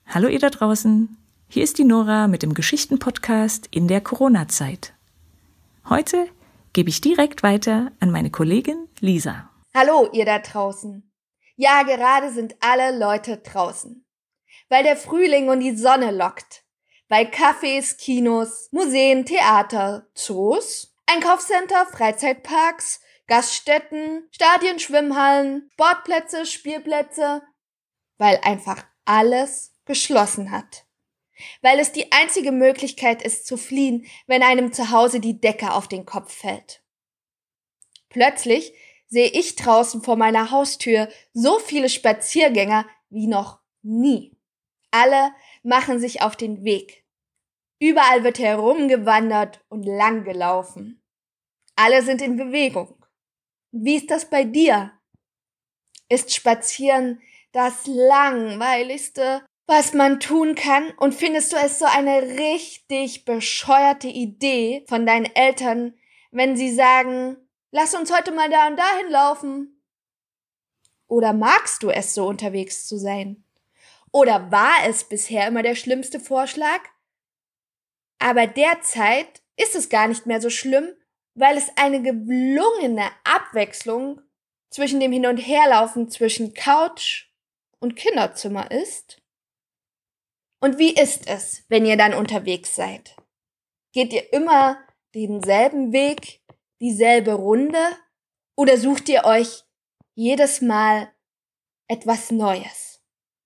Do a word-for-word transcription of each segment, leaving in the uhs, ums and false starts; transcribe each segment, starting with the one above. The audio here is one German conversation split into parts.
Hallo ihr da draußen, hier ist die Nora mit dem Geschichtenpodcast in der Corona-Zeit. Heute gebe ich direkt weiter an meine Kollegin Lisa. Hallo ihr da draußen. Ja, gerade sind alle Leute draußen, weil der Frühling und die Sonne lockt. Bei Cafés, Kinos, Museen, Theater, Zoos, Einkaufscenter, Freizeitparks, Gaststätten, Stadien, Schwimmhallen, Sportplätze, Spielplätze, weil einfach alles geschlossen hat. Weil es die einzige Möglichkeit ist zu fliehen, wenn einem zu Hause die Decke auf den Kopf fällt. Plötzlich sehe ich draußen vor meiner Haustür so viele Spaziergänger wie noch nie. Alle machen sich auf den Weg. Überall wird herumgewandert und lang gelaufen. Alle sind in Bewegung. Wie ist das bei dir? Ist Spazieren das langweiligste, was man tun kann? Und findest du es so eine richtig bescheuerte Idee von deinen Eltern, wenn sie sagen, lass uns heute mal da und dahin laufen? Oder magst du es, so unterwegs zu sein? Oder war es bisher immer der schlimmste Vorschlag? Aber derzeit ist es gar nicht mehr so schlimm, weil es eine gelungene Abwechslung zwischen dem Hin- und Herlaufen zwischen Couch und Kinderzimmer ist. Und wie ist es, wenn ihr dann unterwegs seid? Geht ihr immer denselben Weg, dieselbe Runde, oder sucht ihr euch jedes Mal etwas Neues?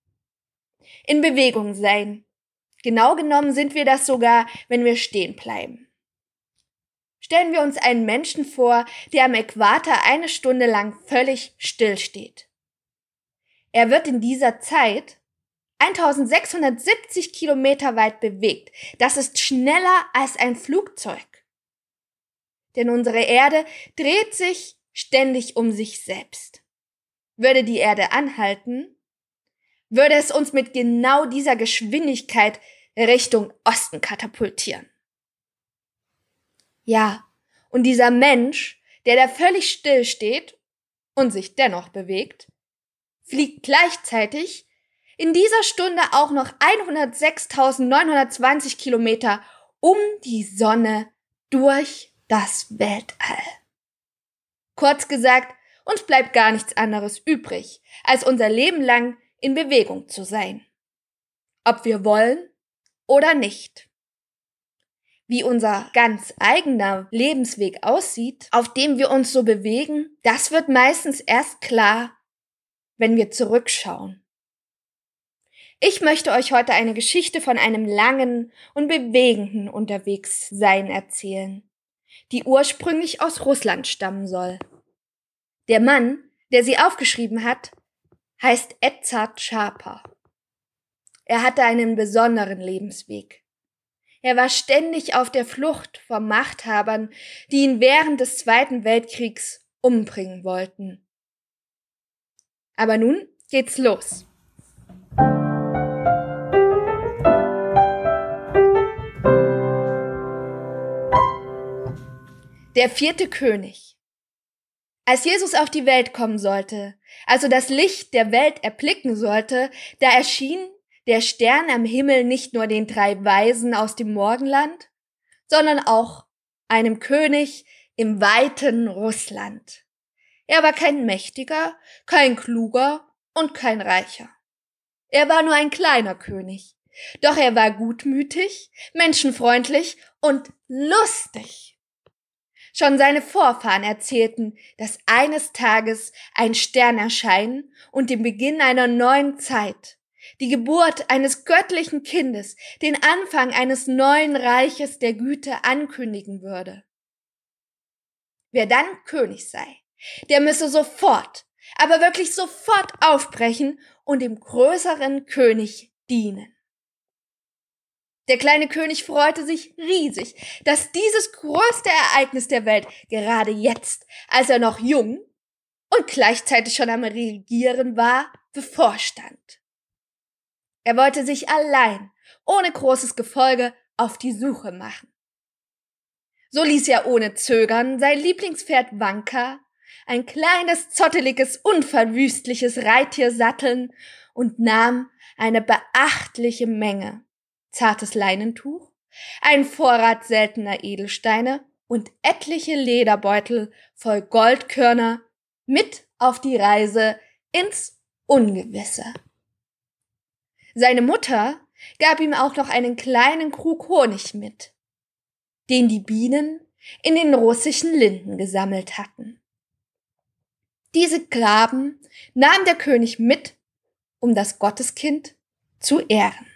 In Bewegung sein. Genau genommen sind wir das sogar, wenn wir stehen bleiben. Stellen wir uns einen Menschen vor, der am Äquator eine Stunde lang völlig still steht. Er wird in dieser Zeit eintausendsechshundertsiebzig Kilometer weit bewegt. Das ist schneller als ein Flugzeug. Denn unsere Erde dreht sich ständig um sich selbst. Würde die Erde anhalten, würde es uns mit genau dieser Geschwindigkeit Richtung Osten katapultieren. Ja, und dieser Mensch, der da völlig still steht und sich dennoch bewegt, fliegt gleichzeitig in dieser Stunde auch noch hundertsechstausendneunhundertzwanzig Kilometer um die Sonne durch das Weltall. Kurz gesagt, uns bleibt gar nichts anderes übrig, als unser Leben lang in Bewegung zu sein. Ob wir wollen oder nicht. Wie unser ganz eigener Lebensweg aussieht, auf dem wir uns so bewegen, das wird meistens erst klar, wenn wir zurückschauen. Ich möchte euch heute eine Geschichte von einem langen und bewegenden Unterwegssein erzählen, die ursprünglich aus Russland stammen soll. Der Mann, der sie aufgeschrieben hat, heißt Edzard Schaper. Er hatte einen besonderen Lebensweg. Er war ständig auf der Flucht vor Machthabern, die ihn während des Zweiten Weltkriegs umbringen wollten. Aber nun geht's los. Der vierte König. Als Jesus auf die Welt kommen sollte, also das Licht der Welt erblicken sollte, da erschien der Stern am Himmel nicht nur den drei Weisen aus dem Morgenland, sondern auch einem König im weiten Russland. Er war kein Mächtiger, kein Kluger und kein Reicher. Er war nur ein kleiner König, doch er war gutmütig, menschenfreundlich und lustig. Schon seine Vorfahren erzählten, dass eines Tages ein Stern erscheinen und den Beginn einer neuen Zeit, die Geburt eines göttlichen Kindes, den Anfang eines neuen Reiches der Güte ankündigen würde. Wer dann König sei, der müsse sofort, aber wirklich sofort aufbrechen und dem größeren König dienen. Der kleine König freute sich riesig, dass dieses größte Ereignis der Welt gerade jetzt, als er noch jung und gleichzeitig schon am Regieren war, bevorstand. Er wollte sich allein, ohne großes Gefolge, auf die Suche machen. So ließ er ohne Zögern sein Lieblingspferd Wanka ein kleines, zotteliges, unverwüstliches Reittier satteln und nahm eine beachtliche Menge zartes Leinentuch, einen Vorrat seltener Edelsteine und etliche Lederbeutel voll Goldkörner mit auf die Reise ins Ungewisse. Seine Mutter gab ihm auch noch einen kleinen Krug Honig mit, den die Bienen in den russischen Linden gesammelt hatten. Diese Gaben nahm der König mit, um das Gotteskind zu ehren.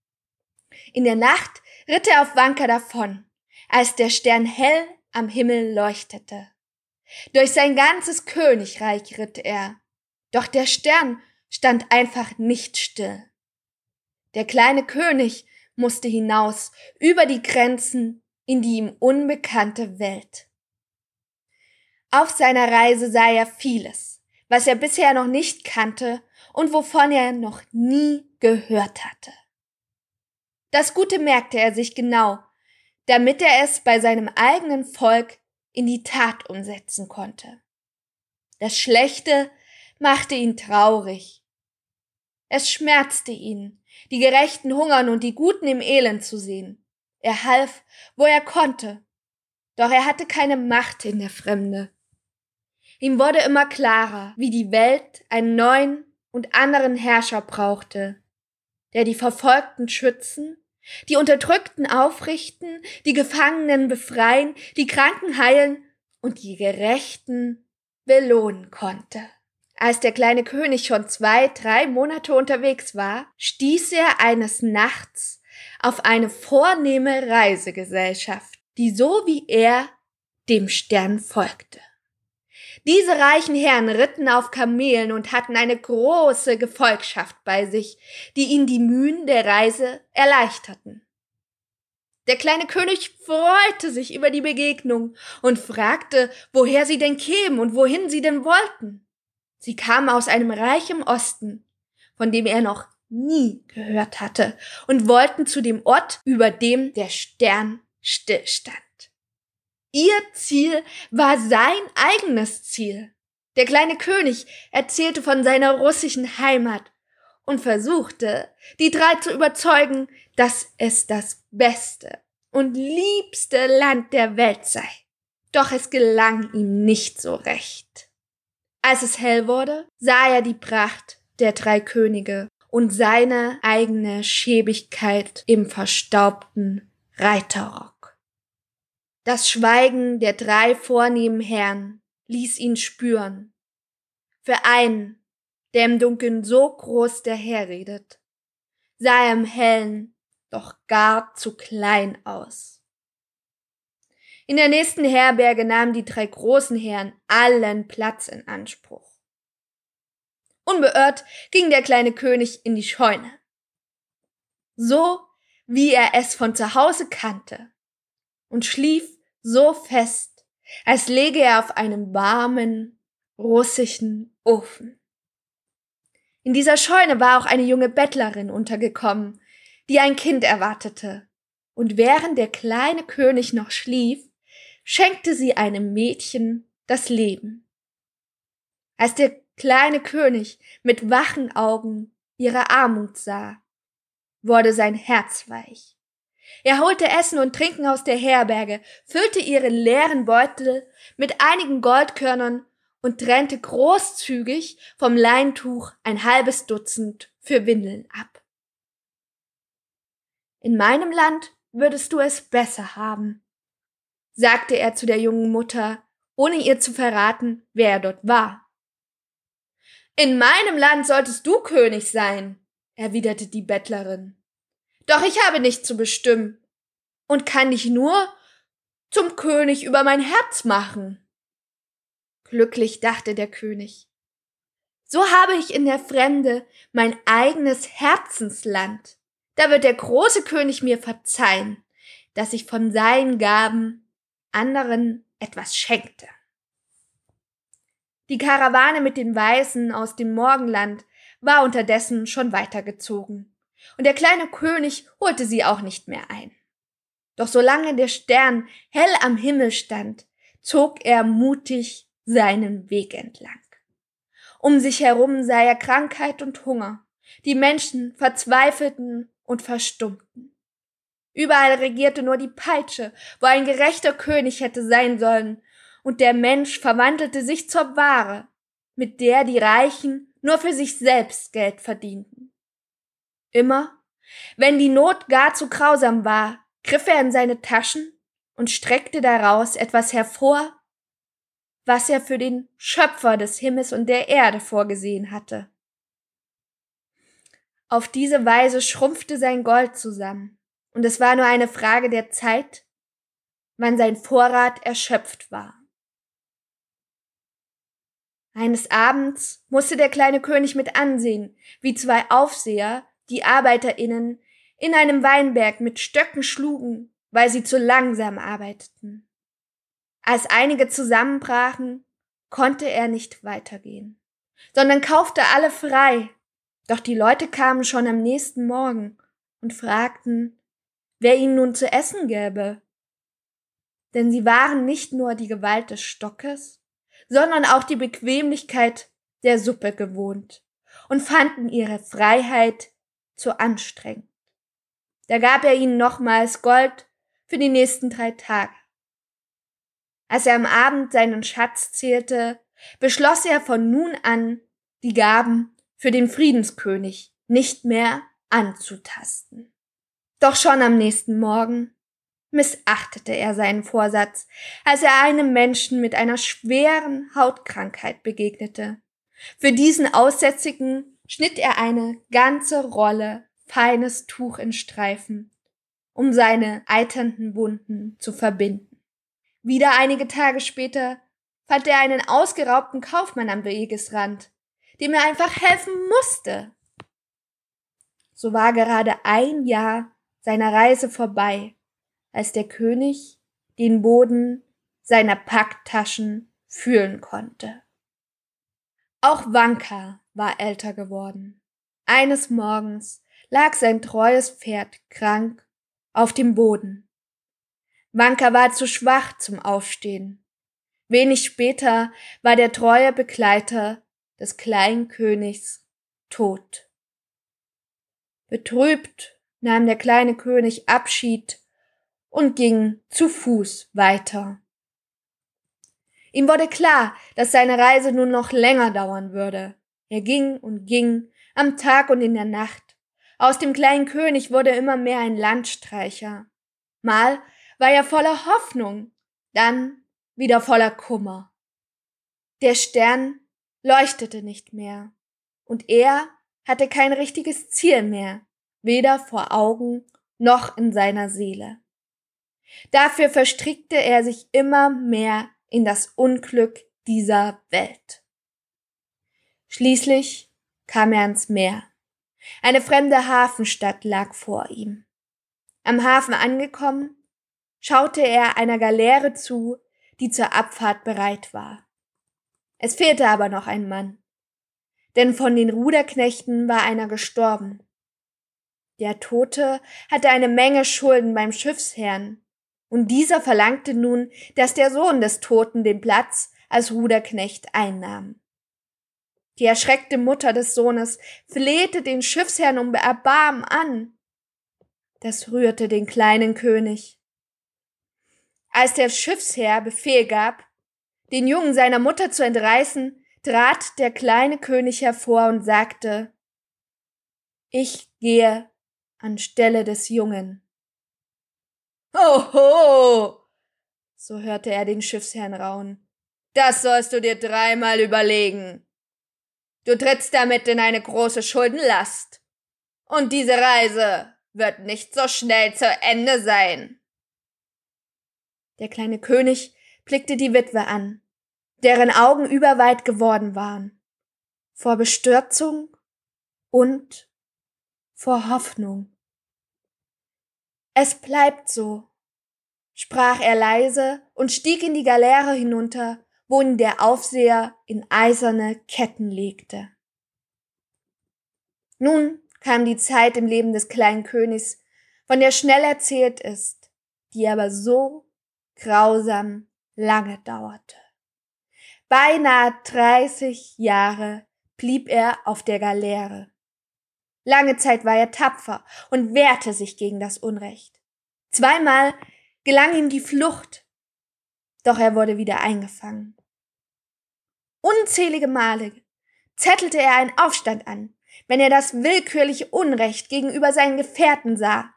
In der Nacht ritt er auf Wanka davon, als der Stern hell am Himmel leuchtete. Durch sein ganzes Königreich ritt er, doch der Stern stand einfach nicht still. Der kleine König musste hinaus über die Grenzen in die ihm unbekannte Welt. Auf seiner Reise sah er vieles, was er bisher noch nicht kannte und wovon er noch nie gehört hatte. Das Gute merkte er sich genau, damit er es bei seinem eigenen Volk in die Tat umsetzen konnte. Das Schlechte machte ihn traurig. Es schmerzte ihn, die Gerechten hungern und die Guten im Elend zu sehen. Er half, wo er konnte, doch er hatte keine Macht in der Fremde. Ihm wurde immer klarer, wie die Welt einen neuen und anderen Herrscher brauchte, der die Verfolgten schützen, die Unterdrückten aufrichten, die Gefangenen befreien, die Kranken heilen und die Gerechten belohnen konnte. Als der kleine König schon zwei, drei Monate unterwegs war, stieß er eines Nachts auf eine vornehme Reisegesellschaft, die so wie er dem Stern folgte. Diese reichen Herren ritten auf Kamelen und hatten eine große Gefolgschaft bei sich, die ihnen die Mühen der Reise erleichterten. Der kleine König freute sich über die Begegnung und fragte, woher sie denn kämen und wohin sie denn wollten. Sie kamen aus einem Reich im Osten, von dem er noch nie gehört hatte, und wollten zu dem Ort, über dem der Stern stillstand. Ihr Ziel war sein eigenes Ziel. Der kleine König erzählte von seiner russischen Heimat und versuchte, die drei zu überzeugen, dass es das beste und liebste Land der Welt sei. Doch es gelang ihm nicht so recht. Als es hell wurde, sah er die Pracht der drei Könige und seine eigene Schäbigkeit im verstaubten Reiterrock. Das Schweigen der drei vornehmen Herren ließ ihn spüren. Für einen, der im Dunkeln so groß daherredet, sah er im Hellen doch gar zu klein aus. In der nächsten Herberge nahmen die drei großen Herren allen Platz in Anspruch. Unbeirrt ging der kleine König in die Scheune, so wie er es von zu Hause kannte, und schlief so fest, als läge er auf einem warmen, russischen Ofen. In dieser Scheune war auch eine junge Bettlerin untergekommen, die ein Kind erwartete, und während der kleine König noch schlief, schenkte sie einem Mädchen das Leben. Als der kleine König mit wachen Augen ihre Armut sah, wurde sein Herz weich. Er holte Essen und Trinken aus der Herberge, füllte ihren leeren Beutel mit einigen Goldkörnern und trennte großzügig vom Leintuch ein halbes Dutzend für Windeln ab. In meinem Land würdest du es besser haben, sagte er zu der jungen Mutter, ohne ihr zu verraten, wer er dort war. In meinem Land solltest du König sein, erwiderte die Bettlerin. Doch ich habe nichts zu bestimmen und kann dich nur zum König über mein Herz machen. Glücklich, dachte der König. So habe ich in der Fremde mein eigenes Herzensland. Da wird der große König mir verzeihen, dass ich von seinen Gaben anderen etwas schenkte. Die Karawane mit den Weißen aus dem Morgenland war unterdessen schon weitergezogen, und der kleine König holte sie auch nicht mehr ein. Doch solange der Stern hell am Himmel stand, zog er mutig seinen Weg entlang. Um sich herum sah er Krankheit und Hunger. Die Menschen verzweifelten und verstummten. Überall regierte nur die Peitsche, wo ein gerechter König hätte sein sollen, und der Mensch verwandelte sich zur Ware, mit der die Reichen nur für sich selbst Geld verdienten. Immer, wenn die Not gar zu grausam war, griff er in seine Taschen und streckte daraus etwas hervor, was er für den Schöpfer des Himmels und der Erde vorgesehen hatte. Auf diese Weise schrumpfte sein Gold zusammen, und es war nur eine Frage der Zeit, wann sein Vorrat erschöpft war. Eines Abends musste der kleine König mit ansehen, wie zwei Aufseher die ArbeiterInnen in einem Weinberg mit Stöcken schlugen, weil sie zu langsam arbeiteten. Als einige zusammenbrachen, konnte er nicht weitergehen, sondern kaufte alle frei. Doch die Leute kamen schon am nächsten Morgen und fragten, wer ihnen nun zu essen gäbe. Denn sie waren nicht nur die Gewalt des Stockes, sondern auch die Bequemlichkeit der Suppe gewohnt und fanden ihre Freiheit zu anstrengend. Da gab er ihnen nochmals Gold für die nächsten drei Tage. Als er am Abend seinen Schatz zählte, beschloss er von nun an, die Gaben für den Friedenskönig nicht mehr anzutasten. Doch schon am nächsten Morgen missachtete er seinen Vorsatz, als er einem Menschen mit einer schweren Hautkrankheit begegnete. Für diesen Aussätzigen schnitt er eine ganze Rolle feines Tuch in Streifen, um seine eiternden Wunden zu verbinden. Wieder einige Tage später fand er einen ausgeraubten Kaufmann am Wegesrand, dem er einfach helfen musste. So war gerade ein Jahr seiner Reise vorbei, als der König den Boden seiner Packtaschen fühlen konnte. Auch Vanka war älter geworden. Eines Morgens lag sein treues Pferd krank auf dem Boden. Vanka war zu schwach zum Aufstehen. Wenig später war der treue Begleiter des kleinen Königs tot. Betrübt nahm der kleine König Abschied und ging zu Fuß weiter. Ihm wurde klar, dass seine Reise nun noch länger dauern würde. Er ging und ging, am Tag und in der Nacht. Aus dem kleinen König wurde immer mehr ein Landstreicher. Mal war er voller Hoffnung, dann wieder voller Kummer. Der Stern leuchtete nicht mehr, und er hatte kein richtiges Ziel mehr, weder vor Augen noch in seiner Seele. Dafür verstrickte er sich immer mehr in das Unglück dieser Welt. Schließlich kam er ans Meer. Eine fremde Hafenstadt lag vor ihm. Am Hafen angekommen, schaute er einer Galeere zu, die zur Abfahrt bereit war. Es fehlte aber noch ein Mann, denn von den Ruderknechten war einer gestorben. Der Tote hatte eine Menge Schulden beim Schiffsherrn, und dieser verlangte nun, dass der Sohn des Toten den Platz als Ruderknecht einnahm. Die erschreckte Mutter des Sohnes flehte den Schiffsherrn um Erbarmen an. Das rührte den kleinen König. Als der Schiffsherr Befehl gab, den Jungen seiner Mutter zu entreißen, trat der kleine König hervor und sagte: Ich gehe anstelle des Jungen. Hoho! So hörte er den Schiffsherrn raunen. Das sollst du dir dreimal überlegen. Du trittst damit in eine große Schuldenlast. Und diese Reise wird nicht so schnell zu Ende sein. Der kleine König blickte die Witwe an, deren Augen überweit geworden waren, vor Bestürzung und vor Hoffnung. Es bleibt so, sprach er leise und stieg in die Galeere hinunter, wo ihn der Aufseher in eiserne Ketten legte. Nun kam die Zeit im Leben des kleinen Königs, von der schnell erzählt ist, die aber so grausam lange dauerte. Beinahe dreißig Jahre blieb er auf der Galeere. Lange Zeit war er tapfer und wehrte sich gegen das Unrecht. Zweimal gelang ihm die Flucht, doch er wurde wieder eingefangen. Unzählige Male zettelte er einen Aufstand an, wenn er das willkürliche Unrecht gegenüber seinen Gefährten sah.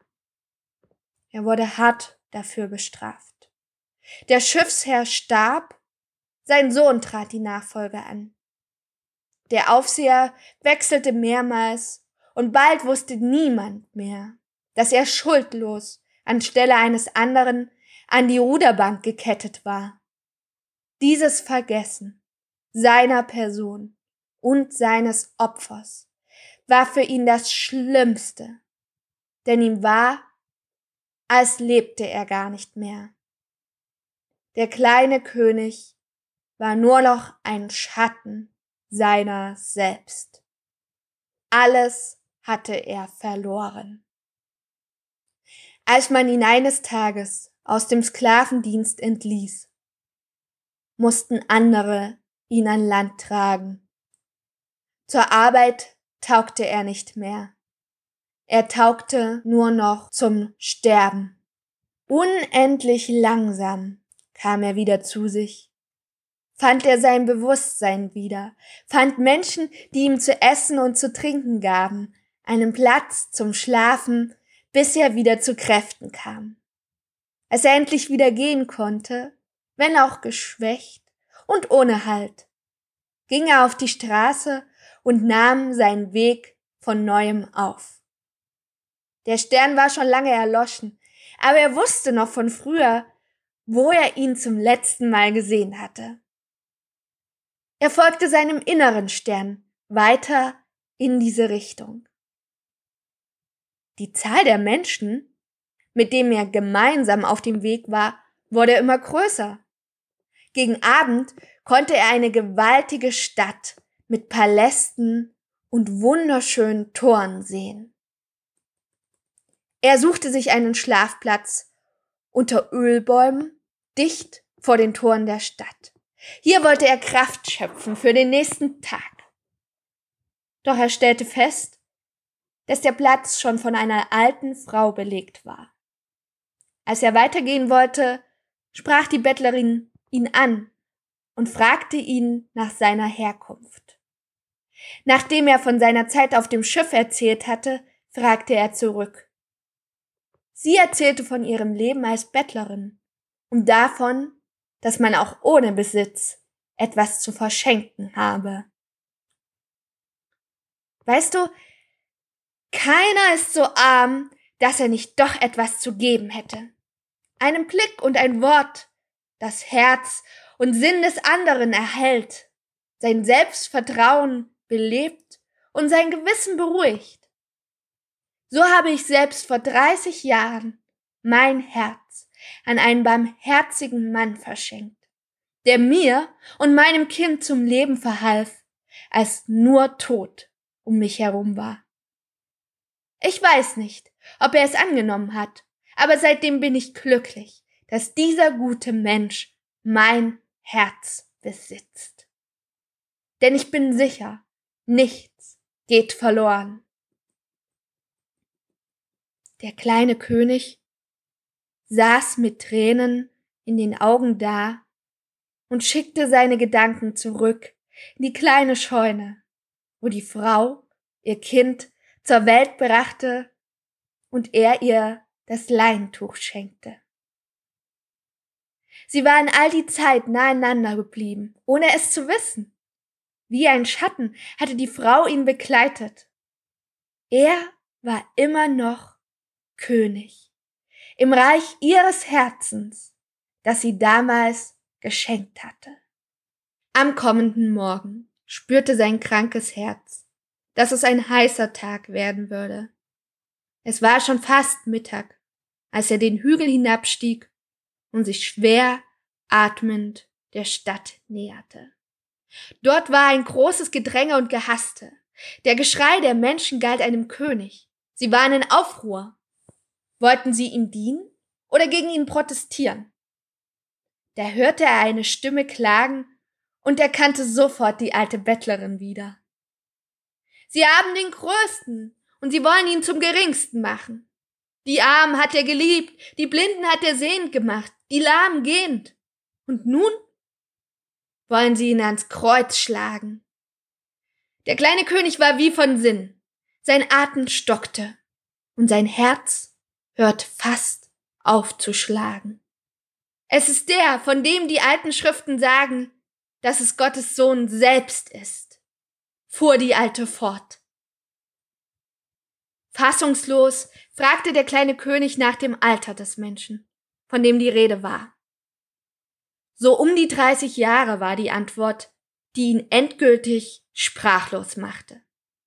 Er wurde hart dafür bestraft. Der Schiffsherr starb, sein Sohn trat die Nachfolge an. Der Aufseher wechselte mehrmals und bald wusste niemand mehr, dass er schuldlos anstelle eines anderen an die Ruderbank gekettet war. Dieses Vergessen seiner Person und seines Opfers war für ihn das Schlimmste, denn ihm war, als lebte er gar nicht mehr. Der kleine König war nur noch ein Schatten seiner selbst. Alles hatte er verloren. Als man ihn eines Tages aus dem Sklavendienst entließ, mussten andere ihn an Land tragen. Zur Arbeit taugte er nicht mehr. Er taugte nur noch zum Sterben. Unendlich langsam kam er wieder zu sich. Fand er sein Bewusstsein wieder, fand Menschen, die ihm zu essen und zu trinken gaben, einen Platz zum Schlafen, bis er wieder zu Kräften kam. Als er endlich wieder gehen konnte, wenn auch geschwächt und ohne Halt, ging er auf die Straße und nahm seinen Weg von neuem auf. Der Stern war schon lange erloschen, aber er wusste noch von früher, wo er ihn zum letzten Mal gesehen hatte. Er folgte seinem inneren Stern weiter in diese Richtung. Die Zahl der Menschen, mit denen er gemeinsam auf dem Weg war, wurde immer größer. Gegen Abend konnte er eine gewaltige Stadt mit Palästen und wunderschönen Toren sehen. Er suchte sich einen Schlafplatz unter Ölbäumen, dicht vor den Toren der Stadt. Hier wollte er Kraft schöpfen für den nächsten Tag. Doch er stellte fest, dass der Platz schon von einer alten Frau belegt war. Als er weitergehen wollte, sprach die Bettlerin ihn an und fragte ihn nach seiner Herkunft. Nachdem er von seiner Zeit auf dem Schiff erzählt hatte, fragte er zurück. Sie erzählte von ihrem Leben als Bettlerin und davon, dass man auch ohne Besitz etwas zu verschenken habe. Weißt du, keiner ist so arm, dass er nicht doch etwas zu geben hätte. Einen Blick und ein Wort, das Herz und Sinn des anderen erhält, sein Selbstvertrauen belebt und sein Gewissen beruhigt. So habe ich selbst vor dreißig Jahren mein Herz an einen barmherzigen Mann verschenkt, der mir und meinem Kind zum Leben verhalf, als nur Tod um mich herum war. Ich weiß nicht, ob er es angenommen hat, aber seitdem bin ich glücklich, dass dieser gute Mensch mein Herz besitzt. Denn ich bin sicher, nichts geht verloren. Der kleine König saß mit Tränen in den Augen da und schickte seine Gedanken zurück in die kleine Scheune, wo die Frau ihr Kind zur Welt brachte und er ihr das Leintuch schenkte. Sie waren all die Zeit naheinander geblieben, ohne es zu wissen. Wie ein Schatten hatte die Frau ihn begleitet. Er war immer noch König im Reich ihres Herzens, das sie damals geschenkt hatte. Am kommenden Morgen spürte sein krankes Herz, dass es ein heißer Tag werden würde. Es war schon fast Mittag, als er den Hügel hinabstieg und sich schwer atmend der Stadt näherte. Dort war ein großes Gedränge und Gehaste. Der Geschrei der Menschen galt einem König. Sie waren in Aufruhr. Wollten sie ihm dienen oder gegen ihn protestieren? Da hörte er eine Stimme klagen und erkannte sofort die alte Bettlerin wieder. Sie haben den Größten und sie wollen ihn zum Geringsten machen. Die Armen hat er geliebt, die Blinden hat er sehend gemacht, die Lahmen gehend. Und nun wollen sie ihn ans Kreuz schlagen. Der kleine König war wie von Sinn. Sein Atem stockte und sein Herz hört fast auf zu schlagen. Es ist der, von dem die alten Schriften sagen, dass es Gottes Sohn selbst ist, fuhr die Alte fort. Fassungslos fragte der kleine König nach dem Alter des Menschen, von dem die Rede war. So um die dreißig Jahre war die Antwort, die ihn endgültig sprachlos machte.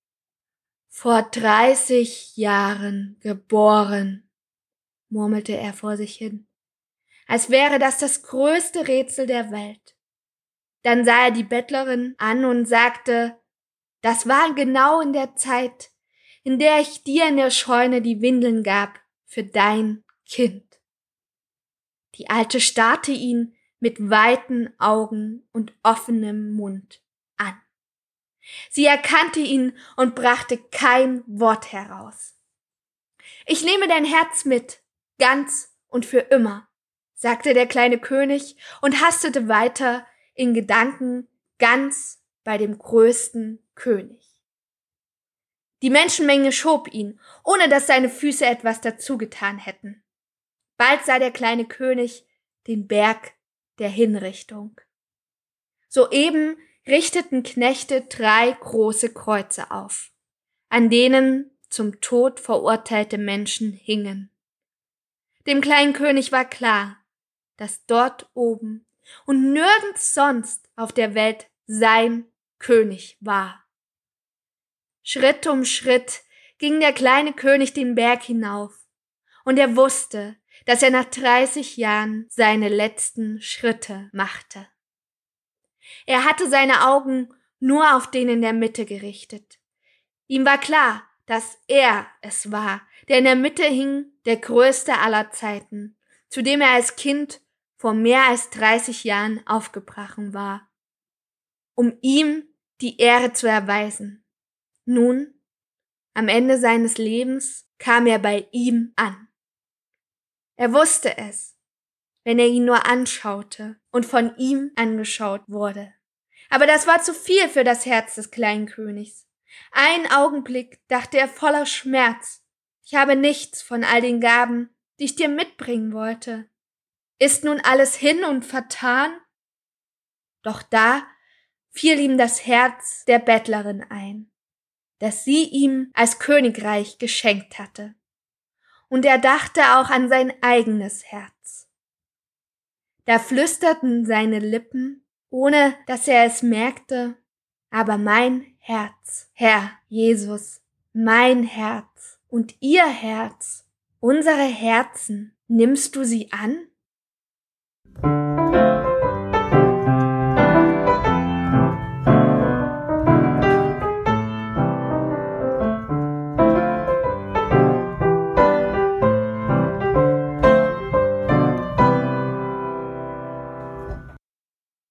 Vor dreißig Jahren geboren, murmelte er vor sich hin, als wäre das das größte Rätsel der Welt. Dann sah er die Bettlerin an und sagte, das war genau in der Zeit, in der ich dir in der Scheune die Windeln gab für dein Kind. Die Alte starrte ihn mit weiten Augen und offenem Mund an. Sie erkannte ihn und brachte kein Wort heraus. Ich nehme dein Herz mit, ganz und für immer, sagte der kleine König und hastete weiter in Gedanken ganz bei dem größten König. Die Menschenmenge schob ihn, ohne dass seine Füße etwas dazu getan hätten. Bald sah der kleine König den Berg der Hinrichtung. Soeben richteten Knechte drei große Kreuze auf, an denen zum Tod verurteilte Menschen hingen. Dem kleinen König war klar, dass dort oben und nirgends sonst auf der Welt sein König war. Schritt um Schritt ging der kleine König den Berg hinauf, und er wusste, dass er nach dreißig Jahren seine letzten Schritte machte. Er hatte seine Augen nur auf den in der Mitte gerichtet. Ihm war klar, dass er es war, der in der Mitte hing, der größte aller Zeiten, zu dem er als Kind vor mehr als dreißig Jahren aufgebrochen war, um ihm die Ehre zu erweisen. Nun, am Ende seines Lebens, kam er bei ihm an. Er wusste es, wenn er ihn nur anschaute und von ihm angeschaut wurde. Aber das war zu viel für das Herz des kleinen Königs. Einen Augenblick dachte er voller Schmerz, ich habe nichts von all den Gaben, die ich dir mitbringen wollte. Ist nun alles hin und vertan? Doch da fiel ihm das Herz der Bettlerin ein, das sie ihm als Königreich geschenkt hatte. Und er dachte auch an sein eigenes Herz. Da flüsterten seine Lippen, ohne dass er es merkte, aber mein Herz, Herr Jesus, mein Herz und ihr Herz, unsere Herzen, nimmst du sie an?